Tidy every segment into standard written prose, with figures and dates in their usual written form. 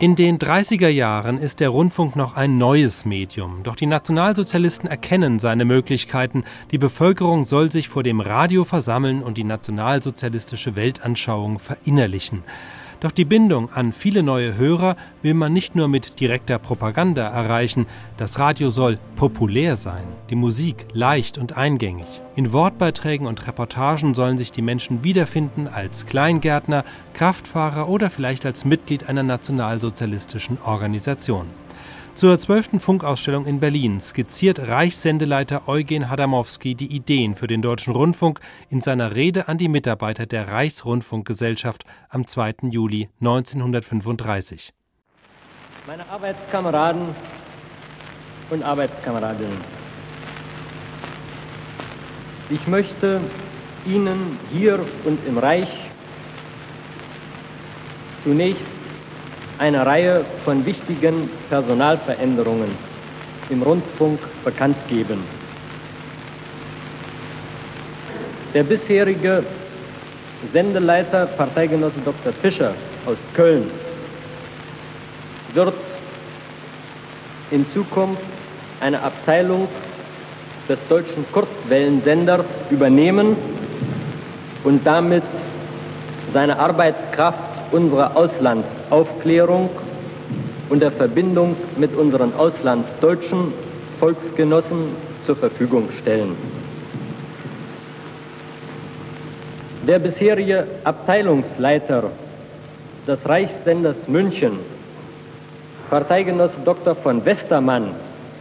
In den 30er Jahren ist der Rundfunk noch ein neues Medium. Doch die Nationalsozialisten erkennen seine Möglichkeiten. Die Bevölkerung soll sich vor dem Radio versammeln und die nationalsozialistische Weltanschauung verinnerlichen. Doch die Bindung an viele neue Hörer will man nicht nur mit direkter Propaganda erreichen. Das Radio soll populär sein, die Musik leicht und eingängig. In Wortbeiträgen und Reportagen sollen sich die Menschen wiederfinden als Kleingärtner, Kraftfahrer oder vielleicht als Mitglied einer nationalsozialistischen Organisation. Zur 12. Funkausstellung in Berlin skizziert Reichssendeleiter Eugen Hadamowski die Ideen für den Deutschen Rundfunk in seiner Rede an die Mitarbeiter der Reichsrundfunkgesellschaft am 2. Juli 1935. Meine Arbeitskameraden und Arbeitskameradinnen, ich möchte Ihnen hier und im Reich zunächst eine Reihe von wichtigen Personalveränderungen im Rundfunk bekannt geben. Der bisherige Sendeleiter, Parteigenosse Dr. Fischer aus Köln, wird in Zukunft eine Abteilung des deutschen Kurzwellensenders übernehmen und damit seine Arbeitskraft unserer Auslandsaufklärung und der Verbindung mit unseren auslandsdeutschen Volksgenossen zur Verfügung stellen. Der bisherige Abteilungsleiter des Reichssenders München, Parteigenosse Dr. von Westermann,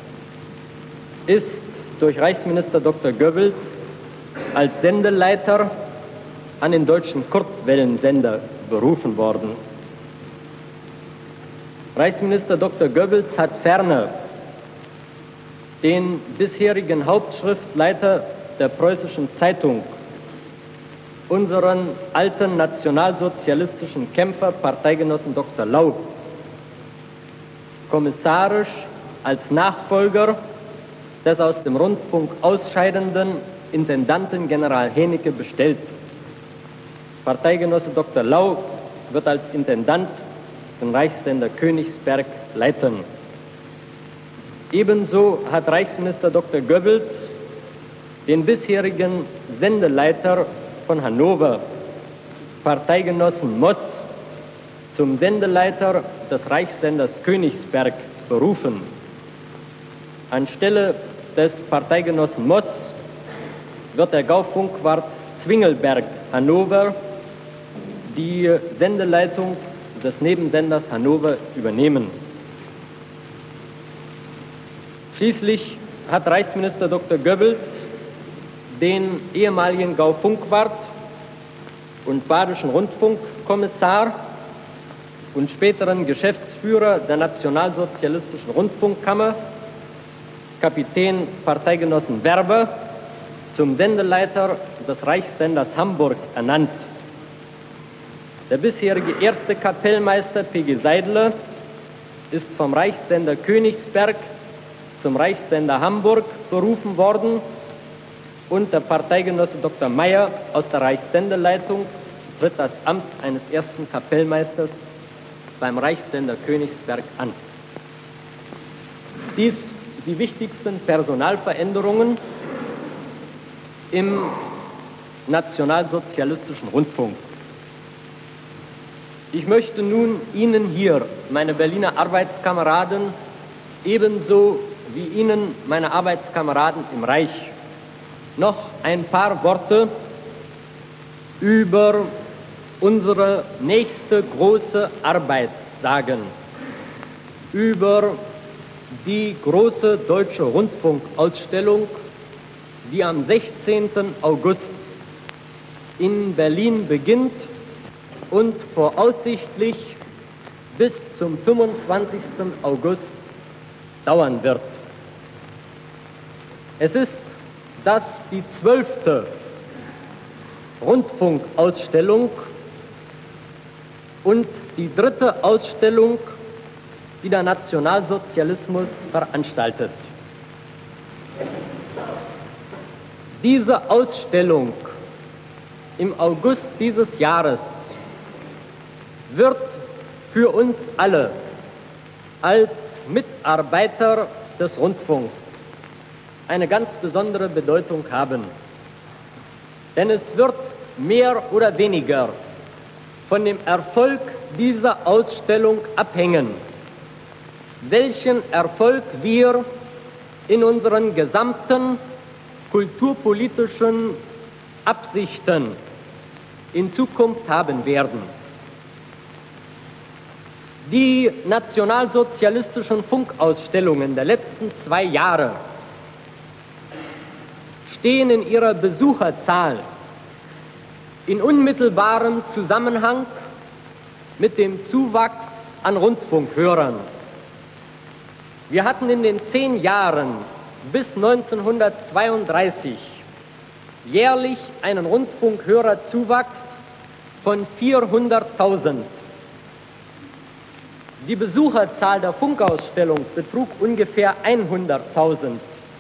ist durch Reichsminister Dr. Goebbels als Sendeleiter an den deutschen Kurzwellensender berufen worden. Reichsminister Dr. Goebbels hat ferner den bisherigen Hauptschriftleiter der Preußischen Zeitung, unseren alten nationalsozialistischen Kämpfer, Parteigenossen Dr. Lau, kommissarisch als Nachfolger des aus dem Rundfunk ausscheidenden Intendanten General Henecke bestellt. Parteigenosse Dr. Lau wird als Intendant den Reichssender Königsberg leiten. Ebenso hat Reichsminister Dr. Goebbels den bisherigen Sendeleiter von Hannover, Parteigenossen Moss, zum Sendeleiter des Reichssenders Königsberg berufen. Anstelle des Parteigenossen Moss wird der Gaufunkwart Zwingelberg Hannover die Sendeleitung des Nebensenders Hannover übernehmen. Schließlich hat Reichsminister Dr. Goebbels den ehemaligen Gaufunkwart und badischen Rundfunkkommissar und späteren Geschäftsführer der Nationalsozialistischen Rundfunkkammer, Kapitän Parteigenossen Werber, zum Sendeleiter des Reichssenders Hamburg ernannt. Der bisherige erste Kapellmeister P.G. Seidler ist vom Reichssender Königsberg zum Reichssender Hamburg berufen worden und der Parteigenosse Dr. Meyer aus der Reichssendeleitung tritt das Amt eines ersten Kapellmeisters beim Reichssender Königsberg an. Dies die wichtigsten Personalveränderungen im nationalsozialistischen Rundfunk. Ich möchte nun Ihnen hier, meine Berliner Arbeitskameraden, ebenso wie Ihnen, meine Arbeitskameraden im Reich, noch ein paar Worte über unsere nächste große Arbeit sagen, über die große deutsche Rundfunkausstellung, die am 16. August in Berlin beginnt und voraussichtlich bis zum 25. August dauern wird. Es ist das die 12. Rundfunkausstellung und die 3. Ausstellung, die der Nationalsozialismus veranstaltet. Diese Ausstellung im August dieses Jahres wird für uns alle als Mitarbeiter des Rundfunks eine ganz besondere Bedeutung haben. Denn es wird mehr oder weniger von dem Erfolg dieser Ausstellung abhängen, welchen Erfolg wir in unseren gesamten kulturpolitischen Absichten in Zukunft haben werden. Die nationalsozialistischen Funkausstellungen der letzten 2 Jahre stehen in ihrer Besucherzahl in unmittelbarem Zusammenhang mit dem Zuwachs an Rundfunkhörern. Wir hatten in den 10 Jahren bis 1932 jährlich einen Rundfunkhörerzuwachs von 400.000. Die Besucherzahl der Funkausstellung betrug ungefähr 100.000.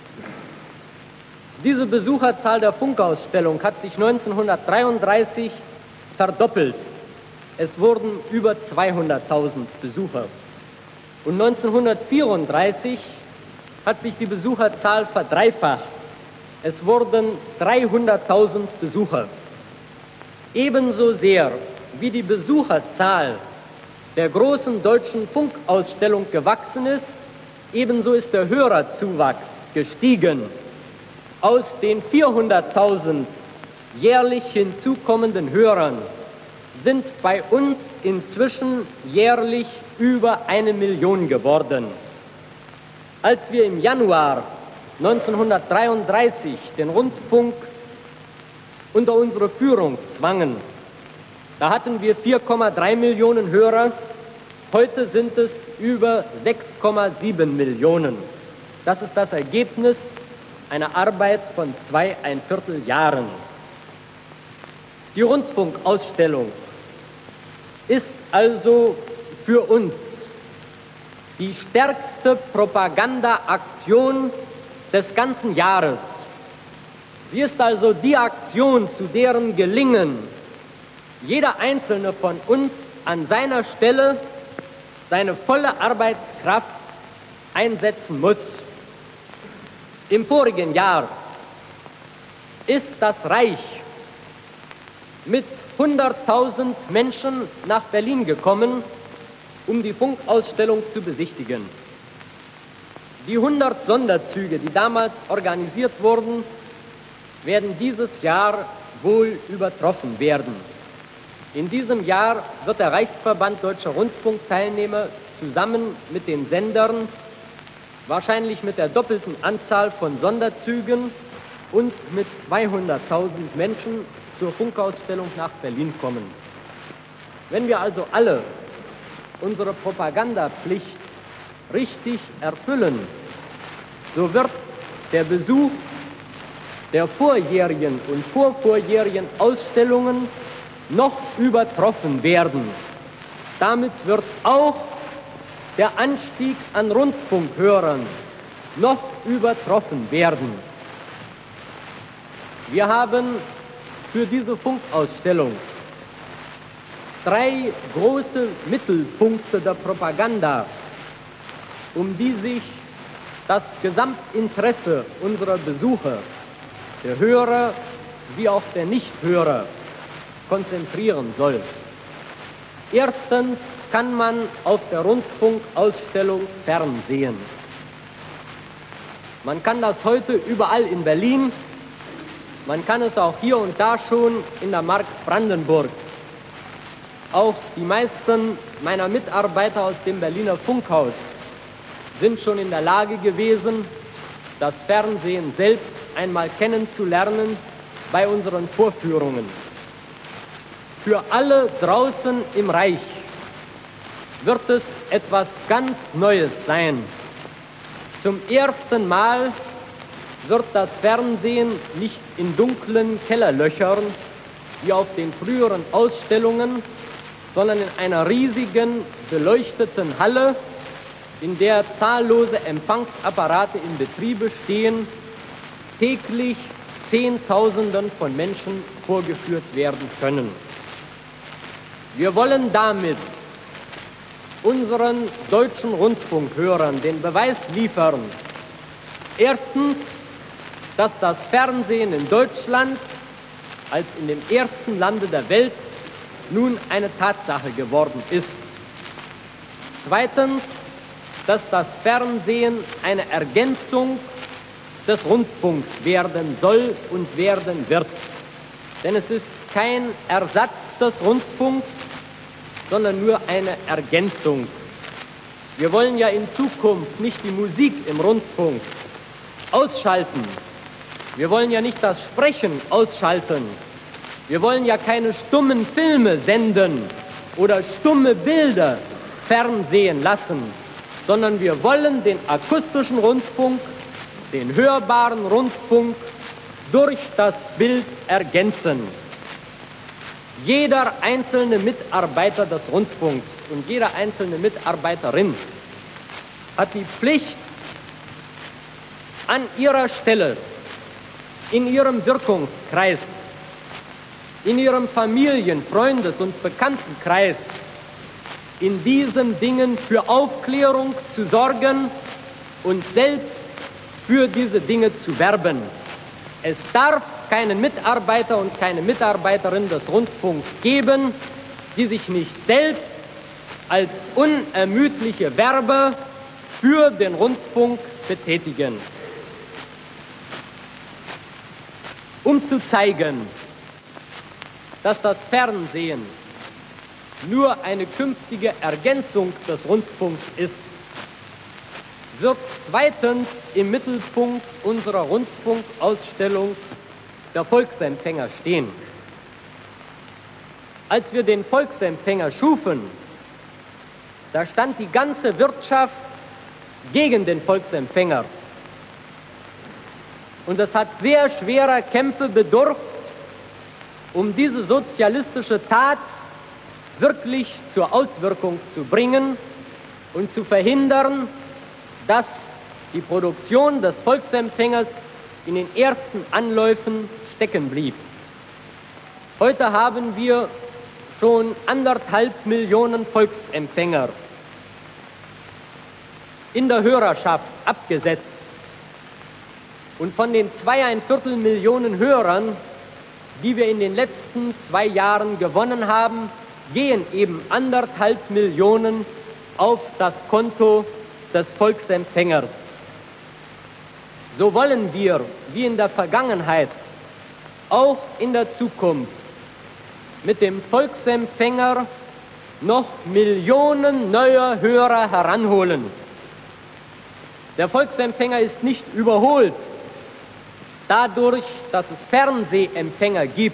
Diese Besucherzahl der Funkausstellung hat sich 1933 verdoppelt. Es wurden über 200.000 Besucher. Und 1934 hat sich die Besucherzahl verdreifacht. Es wurden 300.000 Besucher. Ebenso sehr wie die Besucherzahl der großen deutschen Funkausstellung gewachsen ist, ebenso ist der Hörerzuwachs gestiegen. Aus den 400.000 jährlich hinzukommenden Hörern sind bei uns inzwischen jährlich über 1 Million geworden. Als wir im Januar 1933 den Rundfunk unter unsere Führung zwangen, da hatten wir 4,3 Millionen Hörer, heute sind es über 6,7 Millionen. Das ist das Ergebnis einer Arbeit von 2¼ Jahren. Die Rundfunkausstellung ist also für uns die stärkste Propagandaaktion des ganzen Jahres. Sie ist also die Aktion, zu deren Gelingen jeder Einzelne von uns an seiner Stelle seine volle Arbeitskraft einsetzen muss. Im vorigen Jahr ist das Reich mit 100.000 Menschen nach Berlin gekommen, um die Funkausstellung zu besichtigen. Die 100 Sonderzüge, die damals organisiert wurden, werden dieses Jahr wohl übertroffen werden. In diesem Jahr wird der Reichsverband Deutscher Rundfunkteilnehmer zusammen mit den Sendern wahrscheinlich mit der doppelten Anzahl von Sonderzügen und mit 200.000 Menschen zur Funkausstellung nach Berlin kommen. Wenn wir also alle unsere Propagandapflicht richtig erfüllen, so wird der Besuch der vorjährigen und vorvorjährigen Ausstellungen noch übertroffen werden. Damit wird auch der Anstieg an Rundfunkhörern noch übertroffen werden. Wir haben für diese Funkausstellung 3 große Mittelpunkte der Propaganda, um die sich das Gesamtinteresse unserer Besucher, der Hörer wie auch der Nichthörer, konzentrieren soll. Erstens kann man auf der Rundfunkausstellung fernsehen. Man kann das heute überall in Berlin, man kann es auch hier und da schon in der Mark Brandenburg. Auch die meisten meiner Mitarbeiter aus dem Berliner Funkhaus sind schon in der Lage gewesen, das Fernsehen selbst einmal kennenzulernen bei unseren Vorführungen. Für alle draußen im Reich wird es etwas ganz Neues sein. Zum ersten Mal wird das Fernsehen nicht in dunklen Kellerlöchern wie auf den früheren Ausstellungen, sondern in einer riesigen, beleuchteten Halle, in der zahllose Empfangsapparate in Betriebe stehen, täglich Zehntausenden von Menschen vorgeführt werden können. Wir wollen damit unseren deutschen Rundfunkhörern den Beweis liefern. Erstens, dass das Fernsehen in Deutschland als in dem ersten Lande der Welt nun eine Tatsache geworden ist. Zweitens, dass das Fernsehen eine Ergänzung des Rundfunks werden soll und werden wird. Denn es ist kein Ersatz des Rundfunks, sondern nur eine Ergänzung. Wir wollen ja in Zukunft nicht die Musik im Rundfunk ausschalten. Wir wollen ja nicht das Sprechen ausschalten. Wir wollen ja keine stummen Filme senden oder stumme Bilder fernsehen lassen, sondern wir wollen den akustischen Rundfunk, den hörbaren Rundfunk durch das Bild ergänzen. Jeder einzelne Mitarbeiter des Rundfunks und jede einzelne Mitarbeiterin hat die Pflicht, an ihrer Stelle, in ihrem Wirkungskreis, in ihrem Familien-, Freundes- und Bekanntenkreis in diesen Dingen für Aufklärung zu sorgen und selbst für diese Dinge zu werben. Es darf keinen Mitarbeiter und keine Mitarbeiterin des Rundfunks geben, die sich nicht selbst als unermüdliche Werber für den Rundfunk betätigen. Um zu zeigen, dass das Fernsehen nur eine künftige Ergänzung des Rundfunks ist, wird zweitens im Mittelpunkt unserer Rundfunkausstellung der Volksempfänger stehen. Als wir den Volksempfänger schufen, da stand die ganze Wirtschaft gegen den Volksempfänger. Und es hat sehr schwerer Kämpfe bedurft, um diese sozialistische Tat wirklich zur Auswirkung zu bringen und zu verhindern, dass die Produktion des Volksempfängers in den ersten Anläufen stecken blieb. Heute haben wir schon 1,5 Millionen Volksempfänger in der Hörerschaft abgesetzt. Und von den 2,25 Millionen Hörern, die wir in den letzten 2 Jahren gewonnen haben, gehen eben 1,5 Millionen auf das Konto des Volksempfängers. So wollen wir, wie in der Vergangenheit, auch in der Zukunft mit dem Volksempfänger noch Millionen neuer Hörer heranholen. Der Volksempfänger ist nicht überholt dadurch, dass es Fernsehempfänger gibt.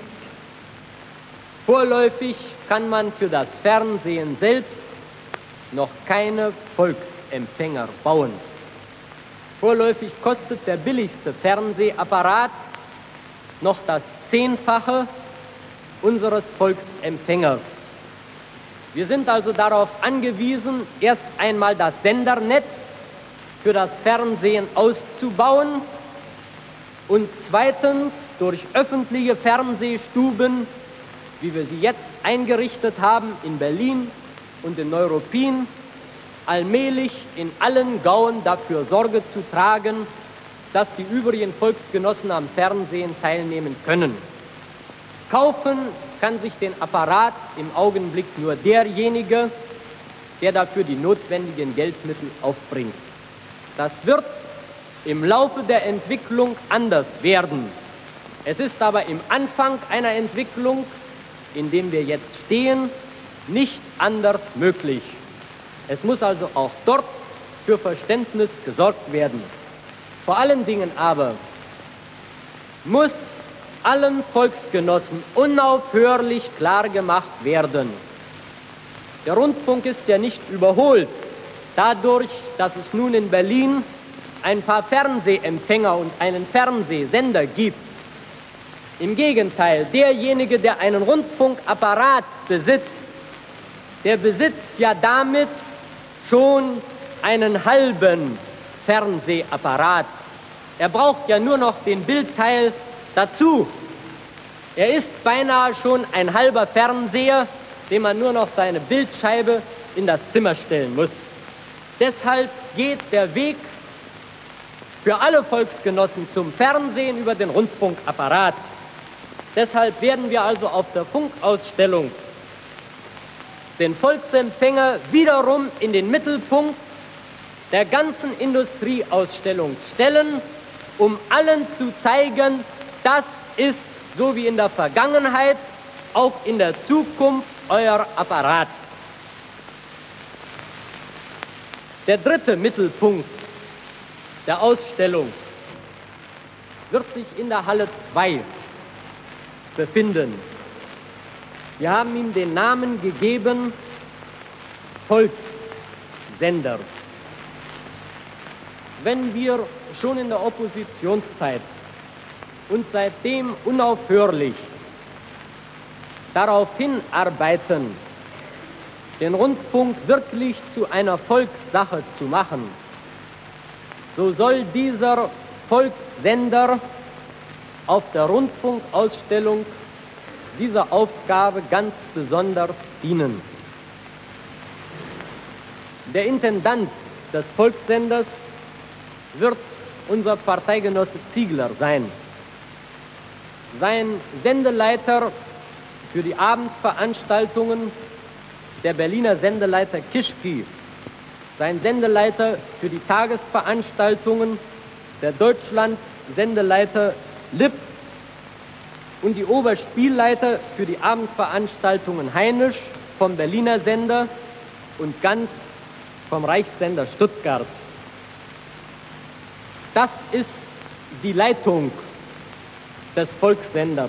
Vorläufig kann man für das Fernsehen selbst noch keine Volksempfänger bauen. Vorläufig kostet der billigste Fernsehapparat noch das 10-fache unseres Volksempfängers. Wir sind also darauf angewiesen, erst einmal das Sendernetz für das Fernsehen auszubauen und zweitens durch öffentliche Fernsehstuben, wie wir sie jetzt eingerichtet haben in Berlin und in Neuruppin, allmählich in allen Gauen dafür Sorge zu tragen, dass die übrigen Volksgenossen am Fernsehen teilnehmen können. Kaufen kann sich den Apparat im Augenblick nur derjenige, der dafür die notwendigen Geldmittel aufbringt. Das wird im Laufe der Entwicklung anders werden. Es ist aber im Anfang einer Entwicklung, in dem wir jetzt stehen, nicht anders möglich. Es muss also auch dort für Verständnis gesorgt werden. Vor allen Dingen aber muss allen Volksgenossen unaufhörlich klargemacht werden: Der Rundfunk ist ja nicht überholt dadurch, dass es nun in Berlin ein paar Fernsehempfänger und einen Fernsehsender gibt. Im Gegenteil, derjenige, der einen Rundfunkapparat besitzt, der besitzt ja damit schon einen halben Fernsehapparat. Er braucht ja nur noch den Bildteil dazu. Er ist beinahe schon ein halber Fernseher, dem man nur noch seine Bildscheibe in das Zimmer stellen muss. Deshalb geht der Weg für alle Volksgenossen zum Fernsehen über den Rundfunkapparat. Deshalb werden wir also auf der Funkausstellung den Volksempfänger wiederum in den Mittelpunkt der ganzen Industrieausstellung stellen, um allen zu zeigen, das ist, so wie in der Vergangenheit, auch in der Zukunft euer Apparat. Der dritte Mittelpunkt der Ausstellung wird sich in der Halle 2 befinden. Wir haben ihm den Namen gegeben, Volkssender. Wenn wir schon in der Oppositionszeit und seitdem unaufhörlich darauf hinarbeiten, den Rundfunk wirklich zu einer Volkssache zu machen, so soll dieser Volkssender auf der Rundfunkausstellung dieser Aufgabe ganz besonders dienen. Der Intendant des Volkssenders wird unser Parteigenosse Ziegler sein. Sein Sendeleiter für die Abendveranstaltungen, der Berliner Sendeleiter Kischki, sein Sendeleiter für die Tagesveranstaltungen, der Deutschland-Sendeleiter Lipp und die Oberspielleiter für die Abendveranstaltungen Heinisch vom Berliner Sender und Ganz vom Reichssender Stuttgart. Das ist die Leitung des Volkssenders.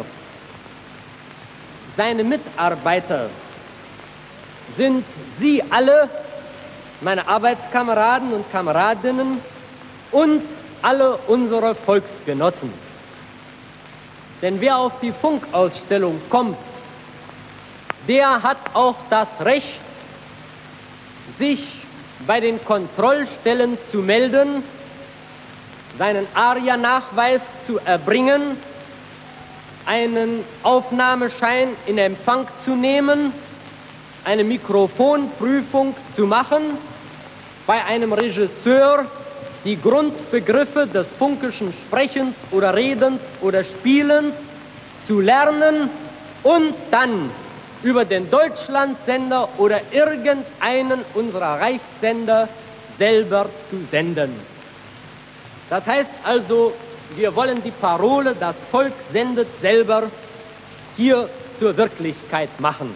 Seine Mitarbeiter sind Sie alle, meine Arbeitskameraden und Kameradinnen und alle unsere Volksgenossen. Denn wer auf die Funkausstellung kommt, der hat auch das Recht, sich bei den Kontrollstellen zu melden, seinen ARIA-Nachweis zu erbringen, einen Aufnahmeschein in Empfang zu nehmen, eine Mikrofonprüfung zu machen, bei einem Regisseur die Grundbegriffe des funkischen Sprechens oder Redens oder Spielens zu lernen und dann über den Deutschlandsender oder irgendeinen unserer Reichssender selber zu senden. Das heißt also, wir wollen die Parole, das Volk sendet selber, hier zur Wirklichkeit machen.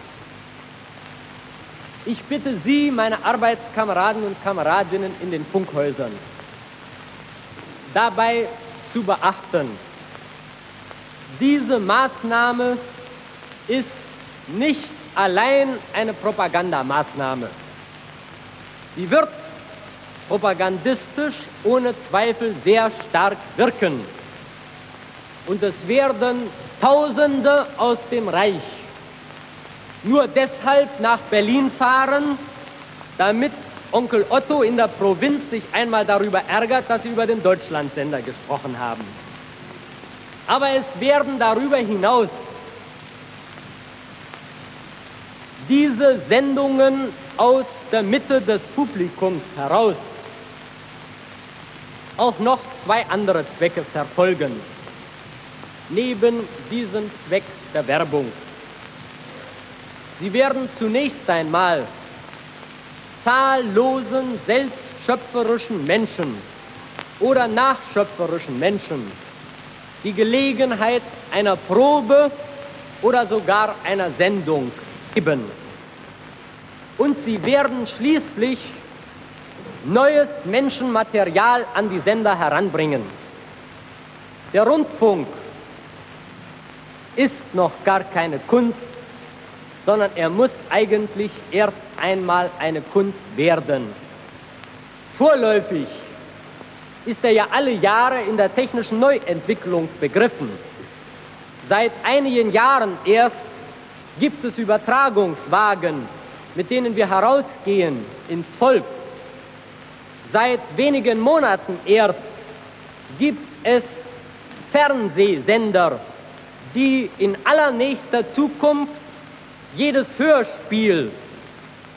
Ich bitte Sie, meine Arbeitskameraden und Kameradinnen in den Funkhäusern, dabei zu beachten, diese Maßnahme ist nicht allein eine Propagandamaßnahme. Sie wird propagandistisch ohne Zweifel sehr stark wirken. Und es werden Tausende aus dem Reich nur deshalb nach Berlin fahren, damit Onkel Otto in der Provinz sich einmal darüber ärgert, dass sie über den Deutschlandsender gesprochen haben. Aber es werden darüber hinaus diese Sendungen aus der Mitte des Publikums heraus auch noch zwei andere Zwecke verfolgen, neben diesem Zweck der Werbung. Sie werden zunächst einmal zahllosen selbstschöpferischen Menschen oder nachschöpferischen Menschen die Gelegenheit einer Probe oder sogar einer Sendung geben. Und sie werden schließlich neues Menschenmaterial an die Sender heranbringen. Der Rundfunk ist noch gar keine Kunst, sondern er muss eigentlich erst einmal eine Kunst werden. Vorläufig ist er ja alle Jahre in der technischen Neuentwicklung begriffen. Seit einigen Jahren erst gibt es Übertragungswagen, mit denen wir herausgehen ins Volk. Seit wenigen Monaten erst gibt es Fernsehsender, die in allernächster Zukunft jedes Hörspiel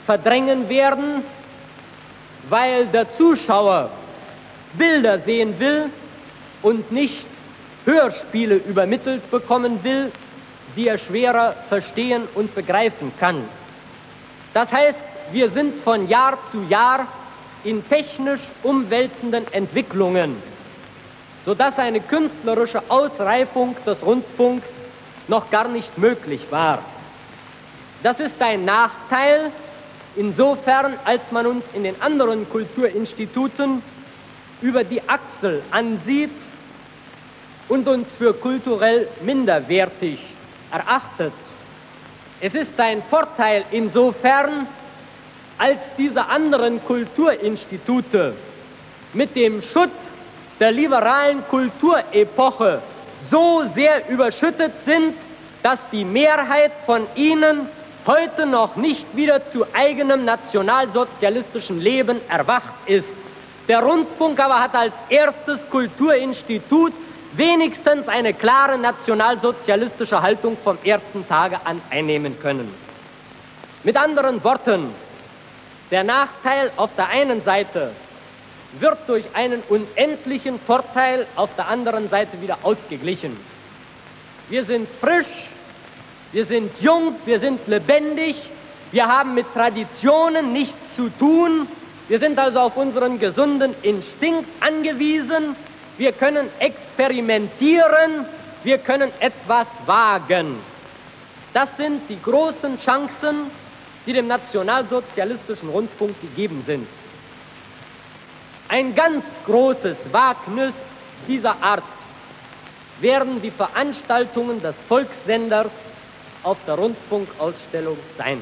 verdrängen werden, weil der Zuschauer Bilder sehen will und nicht Hörspiele übermittelt bekommen will, die er schwerer verstehen und begreifen kann. Das heißt, wir sind von Jahr zu Jahr in technisch umwälzenden Entwicklungen, sodass eine künstlerische Ausreifung des Rundfunks noch gar nicht möglich war. Das ist ein Nachteil, insofern, als man uns in den anderen Kulturinstituten über die Achsel ansieht und uns für kulturell minderwertig erachtet. Es ist ein Vorteil insofern, als diese anderen Kulturinstitute mit dem Schutt der liberalen Kulturepoche so sehr überschüttet sind, dass die Mehrheit von ihnen heute noch nicht wieder zu eigenem nationalsozialistischen Leben erwacht ist. Der Rundfunk aber hat als erstes Kulturinstitut wenigstens eine klare nationalsozialistische Haltung vom ersten Tage an einnehmen können. Mit anderen Worten, der Nachteil auf der einen Seite wird durch einen unendlichen Vorteil auf der anderen Seite wieder ausgeglichen. Wir sind frisch, wir sind jung, wir sind lebendig, wir haben mit Traditionen nichts zu tun, wir sind also auf unseren gesunden Instinkt angewiesen, wir können experimentieren, wir können etwas wagen. Das sind die großen Chancen, die dem nationalsozialistischen Rundfunk gegeben sind. Ein ganz großes Wagnis dieser Art werden die Veranstaltungen des Volkssenders auf der Rundfunkausstellung sein.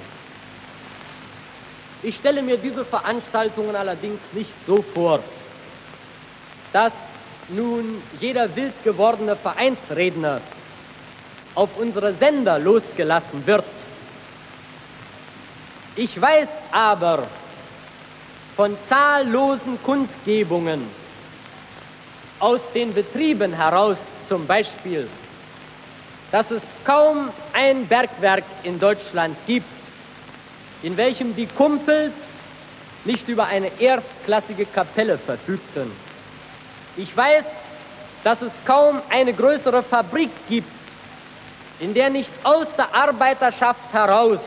Ich stelle mir diese Veranstaltungen allerdings nicht so vor, dass nun jeder wild gewordene Vereinsredner auf unsere Sender losgelassen wird. Ich weiß aber von zahllosen Kundgebungen aus den Betrieben heraus zum Beispiel, dass es kaum ein Bergwerk in Deutschland gibt, in welchem die Kumpels nicht über eine erstklassige Kapelle verfügten. Ich weiß, dass es kaum eine größere Fabrik gibt, in der nicht aus der Arbeiterschaft heraus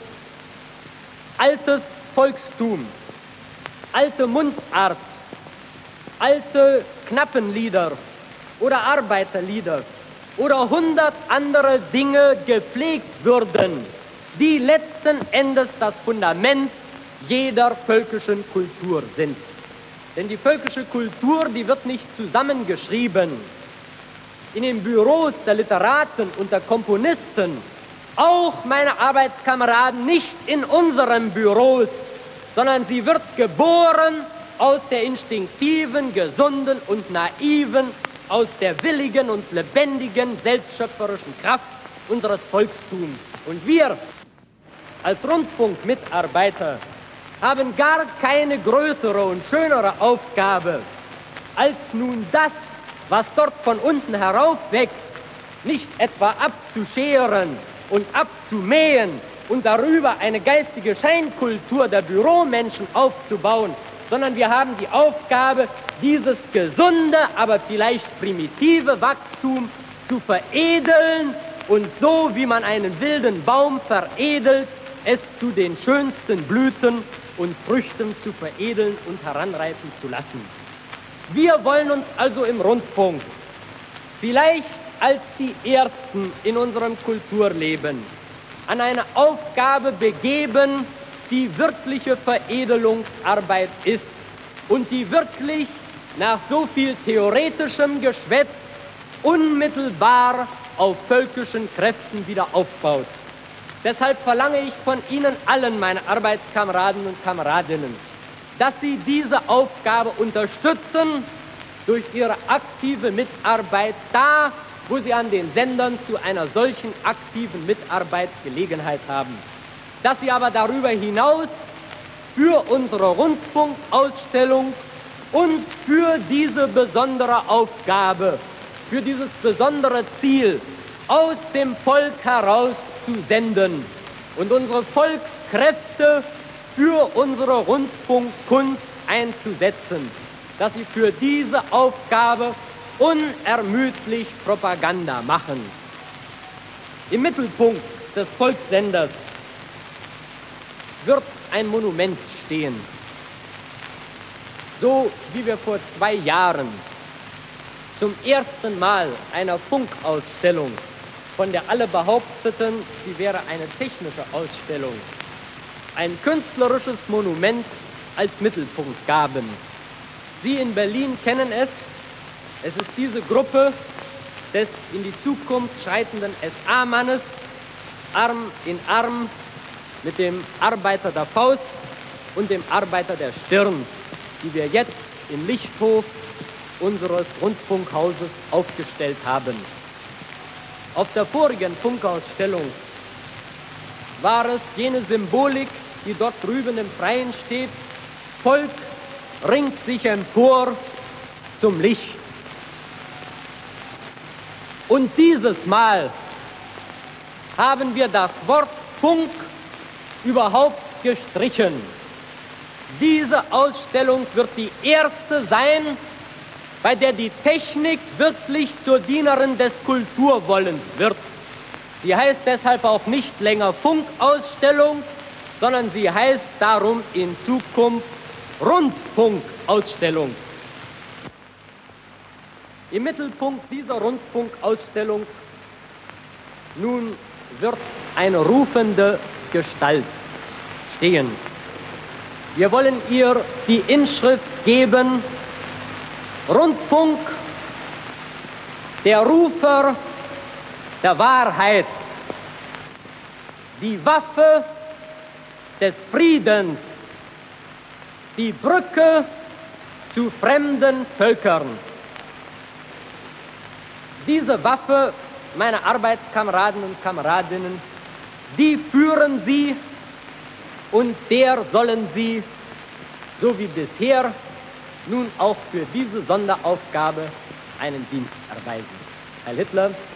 altes Volkstum, alte Mundart, alte Knappenlieder oder Arbeiterlieder oder 100 andere Dinge gepflegt würden, die letzten Endes das Fundament jeder völkischen Kultur sind. Denn die völkische Kultur, die wird nicht zusammengeschrieben in den Büros der Literaten und der Komponisten, auch meine Arbeitskameraden nicht in unseren Büros, sondern sie wird geboren aus der instinktiven, gesunden und naiven, aus der willigen und lebendigen, selbstschöpferischen Kraft unseres Volkstums. Und wir als Rundfunkmitarbeiter haben gar keine größere und schönere Aufgabe, als nun das, was dort von unten heraufwächst, nicht etwa abzuscheren und abzumähen und darüber eine geistige Scheinkultur der Büromenschen aufzubauen, sondern wir haben die Aufgabe, dieses gesunde, aber vielleicht primitive Wachstum zu veredeln und so, wie man einen wilden Baum veredelt, es zu den schönsten Blüten und Früchten zu veredeln und heranreifen zu lassen. Wir wollen uns also im Rundfunk vielleicht als die Ersten in unserem Kulturleben an eine Aufgabe begeben, die wirkliche Veredelungsarbeit ist und die wirklich nach so viel theoretischem Geschwätz unmittelbar auf völkischen Kräften wieder aufbaut. Deshalb verlange ich von Ihnen allen, meine Arbeitskameraden und Kameradinnen, dass Sie diese Aufgabe unterstützen durch Ihre aktive Mitarbeit da, wo Sie an den Sendern zu einer solchen aktiven Mitarbeit Gelegenheit haben. Dass Sie aber darüber hinaus für unsere Rundfunkausstellung und für diese besondere Aufgabe, für dieses besondere Ziel aus dem Volk heraus zu senden und unsere Volkskräfte für unsere Rundfunkkunst einzusetzen, dass sie für diese Aufgabe unermüdlich Propaganda machen. Im Mittelpunkt des Volkssenders wird ein Monument stehen. So wie wir vor 2 Jahren zum ersten Mal einer Funkausstellung, von der alle behaupteten, sie wäre eine technische Ausstellung, ein künstlerisches Monument als Mittelpunkt gaben. Sie in Berlin kennen es. Es ist diese Gruppe des in die Zukunft schreitenden SA-Mannes, Arm in Arm mit dem Arbeiter der Faust und dem Arbeiter der Stirn, die wir jetzt im Lichthof unseres Rundfunkhauses aufgestellt haben. Auf der vorigen Funkausstellung war es jene Symbolik, die dort drüben im Freien steht: Volk ringt sich empor zum Licht. Und dieses Mal haben wir das Wort Funk überhaupt gestrichen. Diese Ausstellung wird die erste sein, bei der die Technik wirklich zur Dienerin des Kulturwollens wird. Sie heißt deshalb auch nicht länger Funkausstellung, sondern sie heißt darum in Zukunft Rundfunkausstellung. Im Mittelpunkt dieser Rundfunkausstellung nun wird eine rufende Gestalt stehen. Wir wollen ihr die Inschrift geben: Rundfunk, der Rufer der Wahrheit, die Waffe des Friedens, die Brücke zu fremden Völkern. Diese Waffe, meine Arbeitskameraden und Kameradinnen, die führen Sie und der sollen Sie, so wie bisher, nun auch für diese Sonderaufgabe einen Dienst erweisen. Heil Hitler!